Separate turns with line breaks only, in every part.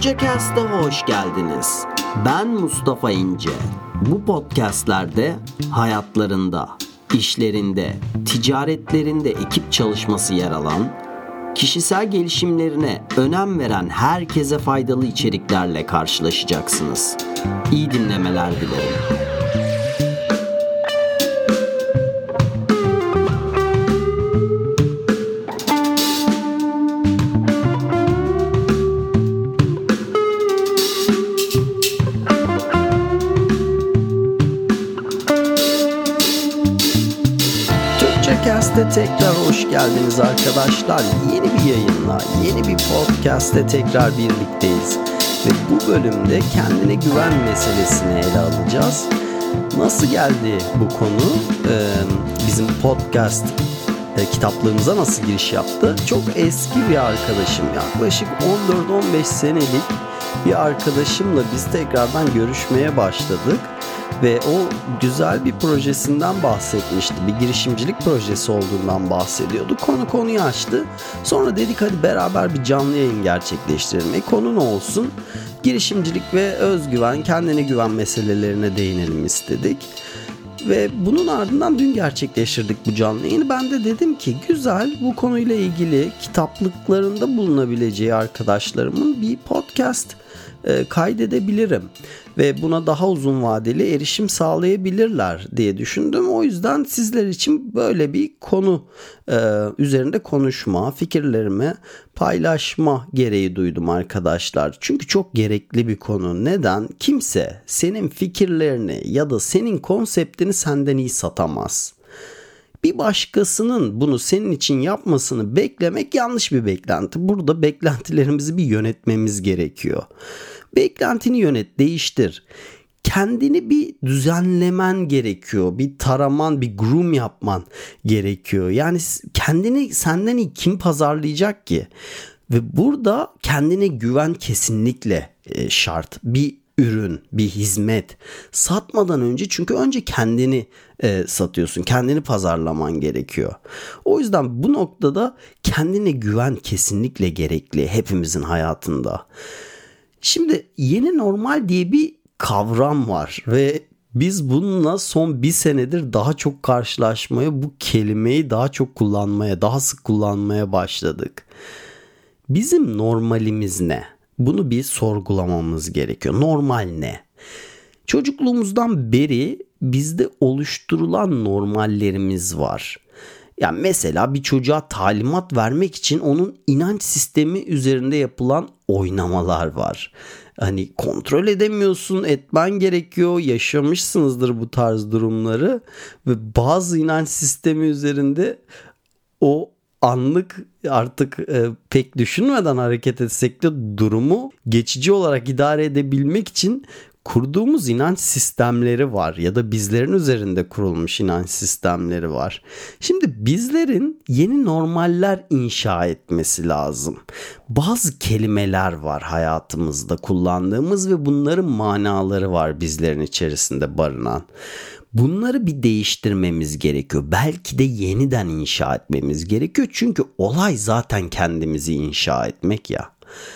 Türkçekast'a hoş geldiniz. Ben Mustafa İnce. Bu podcastlerde hayatlarında, işlerinde, ticaretlerinde ekip çalışması yer alan, kişisel gelişimlerine önem veren herkese faydalı içeriklerle karşılaşacaksınız. İyi dinlemeler dilerim. Türkçekast'e tekrar hoş geldiniz arkadaşlar. Yeni bir yayınla, yeni bir podcast'te tekrar birlikteyiz. Ve bu bölümde kendine güven meselesini ele alacağız. Nasıl geldi bu konu? Bizim podcast kitaplığımıza nasıl giriş yaptı? Çok eski bir arkadaşım, yaklaşık 14-15 senelik bir arkadaşımla biz tekrardan görüşmeye başladık. Ve o güzel bir projesinden bahsetmişti. Bir girişimcilik projesi olduğundan bahsediyordu. Konuyu açtı. Sonra dedik hadi beraber bir canlı yayın gerçekleştirelim. Konu ne olsun? Girişimcilik ve özgüven, kendine güven meselelerine değinelim istedik. Ve bunun ardından dün gerçekleştirdik bu canlı yayını. Ben de dedim ki güzel, bu konuyla ilgili kitaplıklarında bulunabileceği arkadaşlarımın bir podcast kaydedebilirim ve buna daha uzun vadeli erişim sağlayabilirler diye düşündüm. O yüzden sizler için böyle bir konu üzerinde konuşma, fikirlerimi paylaşma gereği duydum arkadaşlar. Çünkü çok gerekli bir konu. Neden? Kimse senin fikirlerini ya da senin konseptini senden iyi satamaz. Bir başkasının bunu senin için yapmasını beklemek yanlış bir beklenti. Burada beklentilerimizi bir yönetmemiz gerekiyor. Beklentini yönet, değiştir. Kendini bir düzenlemen gerekiyor. Bir taraman, bir groom yapman gerekiyor. Yani kendini senden iyi kim pazarlayacak ki? Ve burada kendine güven kesinlikle şart. Bir ürün, bir hizmet satmadan önce, çünkü önce kendini satıyorsun, kendini pazarlaman gerekiyor. O yüzden bu noktada kendine güven kesinlikle gerekli hepimizin hayatında. Şimdi yeni normal diye bir kavram var ve biz bununla son bir senedir daha çok karşılaşmaya, bu kelimeyi daha çok kullanmaya, daha sık kullanmaya başladık. Bizim normalimiz ne? Bunu bir sorgulamamız gerekiyor. Normal ne? Çocukluğumuzdan beri bizde oluşturulan normallerimiz var. Yani mesela bir çocuğa talimat vermek için onun inanç sistemi üzerinde yapılan oynamalar var. Hani kontrol edemiyorsun, etmen gerekiyor. Yaşamışsınızdır bu tarz durumları ve bazı inanç sistemi üzerinde o anlık artık pek düşünmeden hareket etsek de durumu geçici olarak idare edebilmek için kurduğumuz inanç sistemleri var ya da bizlerin üzerinde kurulmuş inanç sistemleri var. Şimdi bizlerin yeni normaller inşa etmesi lazım. Bazı kelimeler var hayatımızda kullandığımız ve bunların manaları var bizlerin içerisinde barınan. Bunları bir değiştirmemiz gerekiyor. Belki de yeniden inşa etmemiz gerekiyor. Çünkü olay zaten kendimizi inşa etmek ya.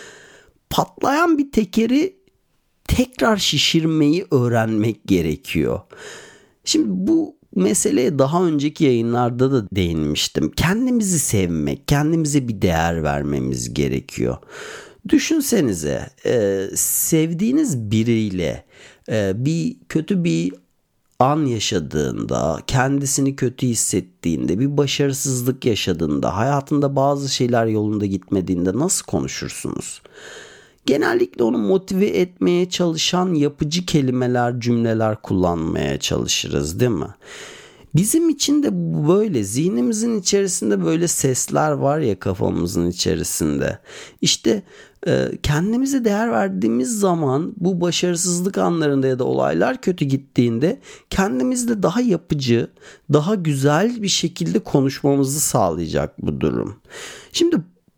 Patlayan bir tekeri tekrar şişirmeyi öğrenmek gerekiyor. Şimdi bu meseleye daha önceki yayınlarda da değinmiştim. Kendimizi sevmek, kendimize bir değer vermemiz gerekiyor. Düşünsenize, sevdiğiniz biriyle bir kötü bir an yaşadığında, kendisini kötü hissettiğinde, bir başarısızlık yaşadığında, hayatında bazı şeyler yolunda gitmediğinde nasıl konuşursunuz? Genellikle onu motive etmeye çalışan yapıcı kelimeler, cümleler kullanmaya çalışırız, değil mi? Bizim için de böyle, zihnimizin içerisinde böyle sesler var ya, kafamızın içerisinde. İşte kendimize değer verdiğimiz zaman bu başarısızlık anlarında ya da olaylar kötü gittiğinde kendimizle daha yapıcı, daha güzel bir şekilde konuşmamızı sağlayacak bu durum. Şimdi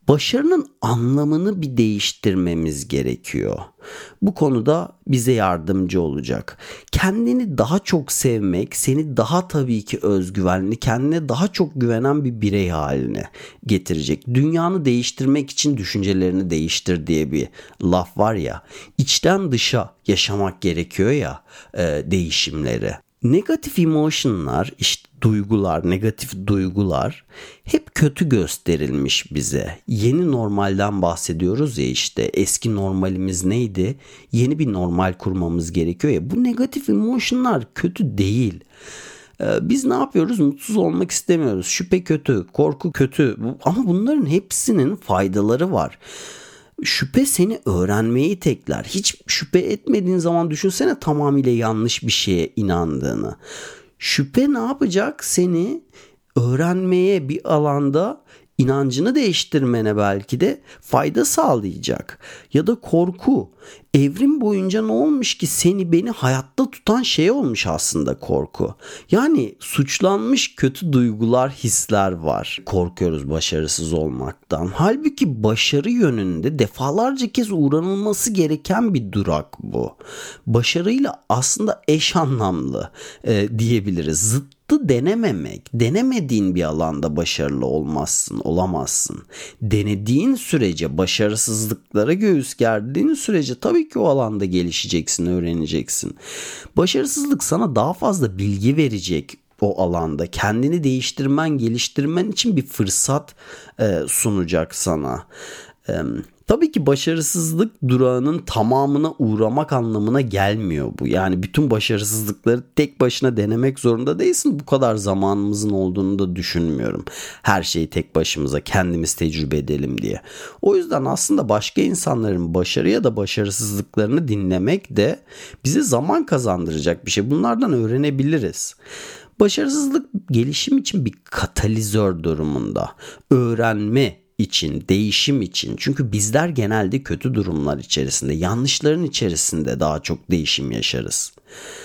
Başarının anlamını bir değiştirmemiz gerekiyor. Bu konuda bize yardımcı olacak. Kendini daha çok sevmek seni daha tabii ki özgüvenli, kendine daha çok güvenen bir birey haline getirecek. Dünyanı değiştirmek için düşüncelerini değiştir diye bir laf var ya. İçten dışa yaşamak gerekiyor ya değişimleri. Negatif emotionlar, işte duygular, negatif duygular hep kötü gösterilmiş bize. Yeni normalden bahsediyoruz ya, işte eski normalimiz neydi? Yeni bir normal kurmamız gerekiyor ya. Bu negatif emotionlar kötü değil. Biz ne yapıyoruz? Mutsuz olmak istemiyoruz. Şüphe kötü, korku kötü. Ama bunların hepsinin faydaları var. Şüphe seni öğrenmeyi tekler. Hiç şüphe etmediğin zaman düşünsene tamamıyla yanlış bir şeye inandığını. Şüphe ne yapacak? Seni öğrenmeye, bir alanda inancını değiştirmene belki de fayda sağlayacak. Ya da korku. Evrim boyunca ne olmuş ki seni beni hayatta tutan şey olmuş aslında korku. Yani suçlanmış kötü duygular, hisler var. Korkuyoruz başarısız olmaktan. Halbuki başarı yönünde defalarca kez uğranılması gereken bir durak bu. Başarıyla aslında eş anlamlı diyebiliriz. Zıttı denememek. Denemediğin bir alanda başarılı olamazsın. Denediğin sürece, başarısızlıklara göğüs gerdiğin sürece tabii ki o alanda gelişeceksin, öğreneceksin. Başarısızlık sana daha fazla bilgi verecek o alanda. Kendini değiştirmen, geliştirmen için bir fırsat sunacak sana. Tabii ki başarısızlık durağının tamamına uğramak anlamına gelmiyor bu. Yani bütün başarısızlıkları tek başına denemek zorunda değilsin. Bu kadar zamanımızın olduğunu da düşünmüyorum. Her şeyi tek başımıza kendimiz tecrübe edelim diye. O yüzden aslında başka insanların başarı ya da başarısızlıklarını dinlemek de bize zaman kazandıracak bir şey. Bunlardan öğrenebiliriz. Başarısızlık gelişim için bir katalizör durumunda. Öğrenme için, değişim için. Çünkü bizler genelde kötü durumlar içerisinde, yanlışların içerisinde daha çok değişim yaşarız.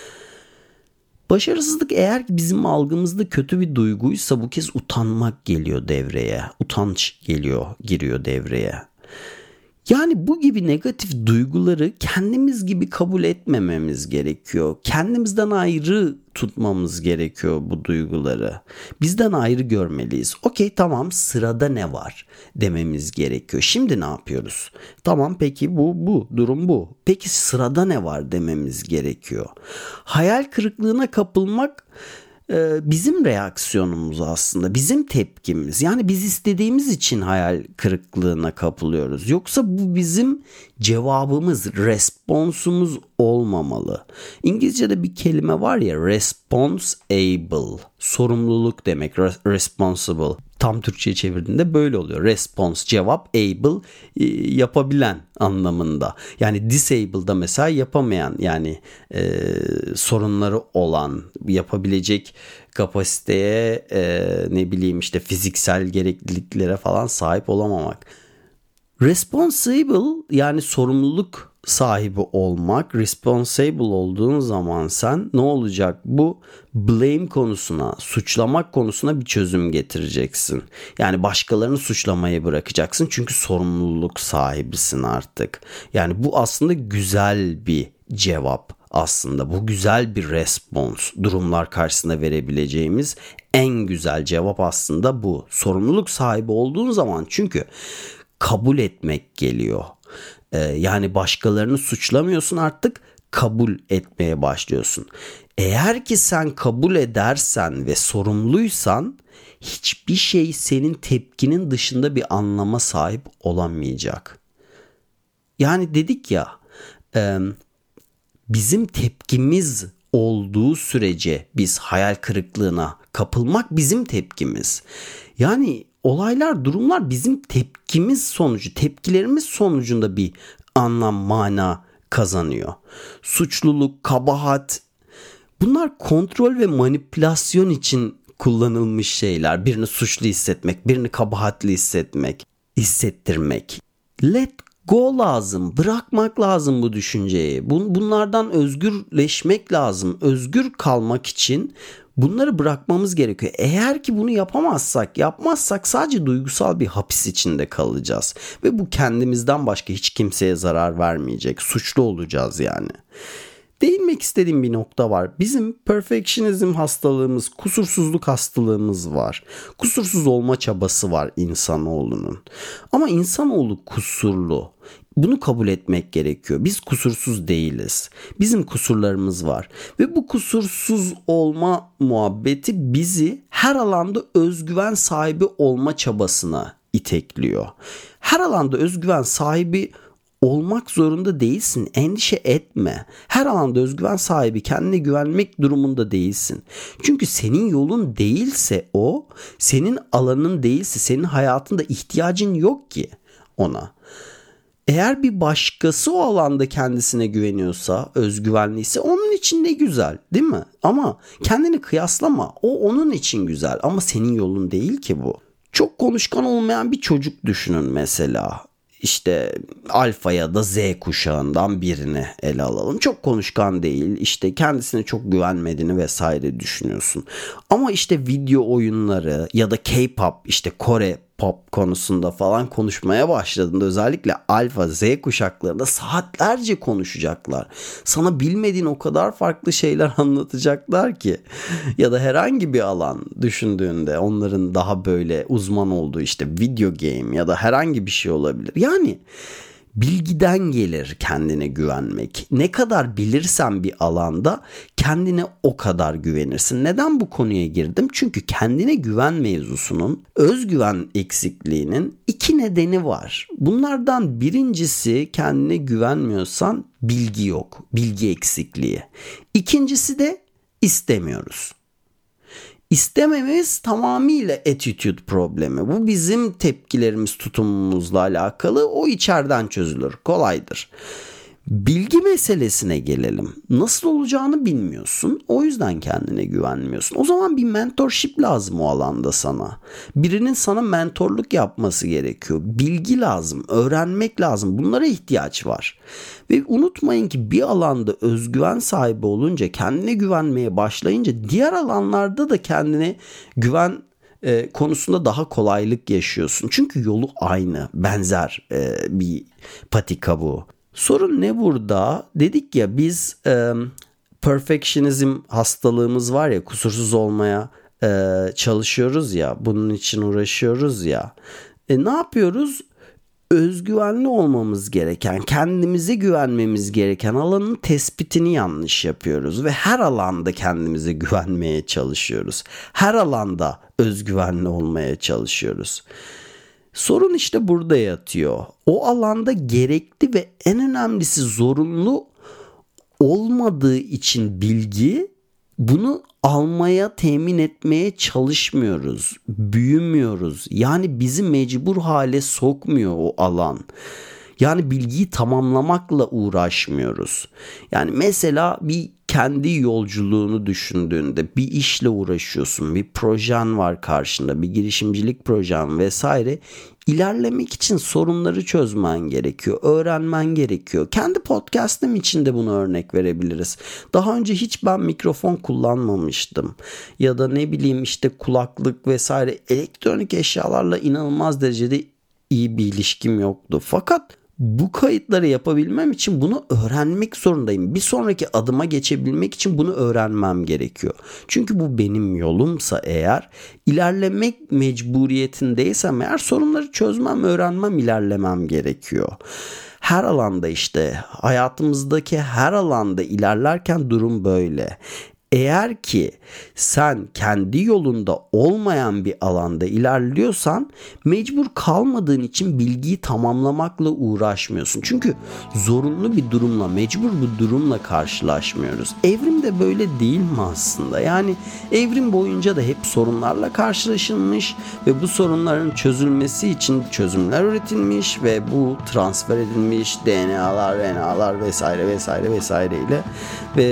Başarısızlık eğer ki bizim algımızda kötü bir duyguysa bu kez utanmak geliyor devreye. Utanç giriyor devreye. Yani bu gibi negatif duyguları kendimiz gibi kabul etmememiz gerekiyor. Kendimizden ayrı tutmamız gerekiyor bu duyguları. Bizden ayrı görmeliyiz. Okey, tamam, sırada ne var dememiz gerekiyor. Şimdi ne yapıyoruz? Tamam, peki bu durum bu. Peki sırada ne var dememiz gerekiyor. Hayal kırıklığına kapılmak bizim reaksiyonumuz aslında, bizim tepkimiz. Yani biz istediğimiz için hayal kırıklığına kapılıyoruz. Yoksa bu bizim cevabımız, responsumuz olmamalı. İngilizce'de bir kelime var ya, responsible, sorumluluk demek, responsible. Tam Türkçe'ye çevirdiğinde böyle oluyor. Response, cevap, able, yapabilen anlamında. Yani disable'da mesela yapamayan, yani sorunları olan, yapabilecek kapasiteye, işte fiziksel gerekliliklere falan sahip olamamak. Responsible, yani sorumluluk sahibi olmak. Responsible olduğun zaman sen ne olacak? Bu blame konusuna, suçlamak konusuna bir çözüm getireceksin. Yani başkalarını suçlamayı bırakacaksın çünkü sorumluluk sahibisin artık. Yani bu aslında güzel bir cevap. Aslında bu güzel bir respons. Durumlar karşısında verebileceğimiz en güzel cevap aslında bu. Sorumluluk sahibi olduğun zaman çünkü kabul etmek geliyor. Yani başkalarını suçlamıyorsun, artık kabul etmeye başlıyorsun. Eğer ki sen kabul edersen ve sorumluysan hiçbir şey senin tepkinin dışında bir anlama sahip olamayacak. Yani dedik ya, bizim tepkimiz olduğu sürece biz hayal kırıklığına kapılmak bizim tepkimiz. Yani olaylar, durumlar bizim tepkilerimiz sonucunda bir anlam, mana kazanıyor. Suçluluk, kabahat, bunlar kontrol ve manipülasyon için kullanılmış şeyler. Birini suçlu hissetmek, birini kabahatli hissettirmek. Let Go lazım, bırakmak lazım bu düşünceyi. Bunlardan özgürleşmek lazım. Özgür kalmak için bunları bırakmamız gerekiyor. Eğer ki bunu yapmazsak sadece duygusal bir hapis içinde kalacağız. Ve bu kendimizden başka hiç kimseye zarar vermeyecek. Suçlu olacağız yani. Değinmek istediğim bir nokta var. Bizim perfectionizm hastalığımız, kusursuzluk hastalığımız var. Kusursuz olma çabası var insanoğlunun. Ama insanoğlu kusurlu. Bunu kabul etmek gerekiyor. Biz kusursuz değiliz. Bizim kusurlarımız var. Ve bu kusursuz olma muhabbeti bizi her alanda özgüven sahibi olma çabasına itekliyor. Her alanda özgüven sahibi olmak zorunda değilsin. Endişe etme. Her alanda özgüven sahibi, kendine güvenmek durumunda değilsin. Çünkü senin yolun değilse o, senin alanın değilse, senin hayatında ihtiyacın yok ki ona. Eğer bir başkası o alanda kendisine güveniyorsa, özgüvenliyse onun için ne güzel, değil mi? Ama kendini kıyaslama. O onun için güzel ama senin yolun değil ki bu. Çok konuşkan olmayan bir çocuk düşünün mesela. İşte alfa ya da Z kuşağından birini ele alalım. Çok konuşkan değil, işte kendisine çok güvenmediğini vesaire düşünüyorsun. Ama işte video oyunları ya da K-pop, işte Kore pop konusunda falan konuşmaya başladığında özellikle alfa Z kuşaklarında saatlerce konuşacaklar. Sana bilmediğin o kadar farklı şeyler anlatacaklar ki. Ya da herhangi bir alan düşündüğünde onların daha böyle uzman olduğu, işte video game ya da herhangi bir şey olabilir. Yani bilgiden gelir kendine güvenmek. Ne kadar bilirsen bir alanda kendine o kadar güvenirsin. Neden bu konuya girdim? Çünkü kendine güven mevzusunun, özgüven eksikliğinin iki nedeni var. Bunlardan birincisi, kendine güvenmiyorsan bilgi yok, bilgi eksikliği. İkincisi de istemiyoruz. İstememiz tamamıyla attitude problemi. Bu bizim tepkilerimiz, tutumumuzla alakalı. O içeriden çözülür, kolaydır. Bilgi meselesine gelelim. Nasıl olacağını bilmiyorsun. O yüzden kendine güvenmiyorsun. O zaman bir mentorship lazım o alanda sana. Birinin sana mentorluk yapması gerekiyor. Bilgi lazım, öğrenmek lazım. Bunlara ihtiyaç var. Ve unutmayın ki bir alanda özgüven sahibi olunca, kendine güvenmeye başlayınca diğer alanlarda da kendine güven konusunda daha kolaylık yaşıyorsun. Çünkü yolu aynı, benzer bir patika bu. Sorun ne burada? Dedik ya biz perfectionizm hastalığımız var ya, kusursuz olmaya çalışıyoruz ya, bunun için uğraşıyoruz ya. Ne yapıyoruz? Özgüvenli olmamız gereken, kendimize güvenmemiz gereken alanın tespitini yanlış yapıyoruz ve her alanda kendimize güvenmeye çalışıyoruz. Her alanda özgüvenli olmaya çalışıyoruz. Sorun işte burada yatıyor. O alanda gerekli ve en önemlisi zorunlu olmadığı için bilgi, bunu almaya, temin etmeye çalışmıyoruz. Büyümüyoruz. Yani bizi mecbur hale sokmuyor o alan. Yani bilgiyi tamamlamakla uğraşmıyoruz. Yani mesela bir kendi yolculuğunu düşündüğünde bir işle uğraşıyorsun, bir projen var karşında, bir girişimcilik projen vesaire. İlerlemek için sorunları çözmen gerekiyor, öğrenmen gerekiyor. Kendi podcast'ım için de bunu örnek verebiliriz. Daha önce hiç ben mikrofon kullanmamıştım. Ya da ne bileyim işte kulaklık vesaire elektronik eşyalarla inanılmaz derecede iyi bir ilişkim yoktu. Fakat bu kayıtları yapabilmem için bunu öğrenmek zorundayım. Bir sonraki adıma geçebilmek için bunu öğrenmem gerekiyor. Çünkü bu benim yolumsa eğer, ilerlemek mecburiyetindeysem eğer, sorunları çözmem, öğrenmem, ilerlemem gerekiyor. Her alanda, işte hayatımızdaki her alanda ilerlerken durum böyle. Eğer ki sen kendi yolunda olmayan bir alanda ilerliyorsan, mecbur kalmadığın için bilgiyi tamamlamakla uğraşmıyorsun. Çünkü zorunlu bir durumla, mecbur bir durumla karşılaşmıyoruz. Evrim de böyle değil mi aslında? Yani evrim boyunca da hep sorunlarla karşılaşılmış ve bu sorunların çözülmesi için çözümler üretilmiş ve bu transfer edilmiş DNA'lar, RNA'lar vesaire ile ve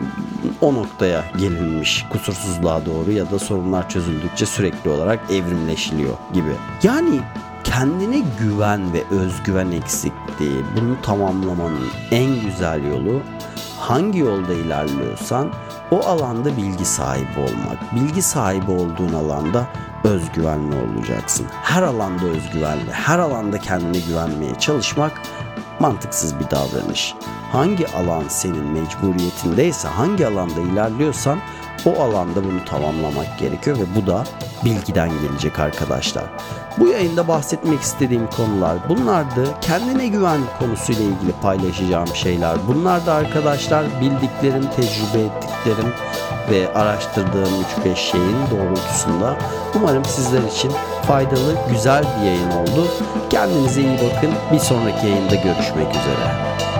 o noktaya gelinmiş, kusursuzluğa doğru ya da sorunlar çözüldükçe sürekli olarak evrimleşiliyor gibi. Yani Kendine güven ve özgüven eksikliği, bunu tamamlamanın en güzel yolu, hangi yolda ilerliyorsan o alanda bilgi sahibi olmak. Bilgi sahibi olduğun alanda özgüvenli olacaksın. Her alanda özgüvenli, her alanda kendine güvenmeye çalışmak mantıksız bir davranış. Hangi alan senin mecburiyetindeyse, hangi alanda ilerliyorsan o alanda bunu tamamlamak gerekiyor ve bu da bilgiden gelecek arkadaşlar. Bu yayında bahsetmek istediğim konular bunlardı. Kendine güven konusuyla ilgili paylaşacağım şeyler bunlar da arkadaşlar. Bildiklerim, tecrübe ettiklerim ve araştırdığım 3-5 şeyin doğrultusunda umarım sizler için faydalı, güzel bir yayın oldu. Kendinize iyi bakın. Bir sonraki yayında görüşmek üzere.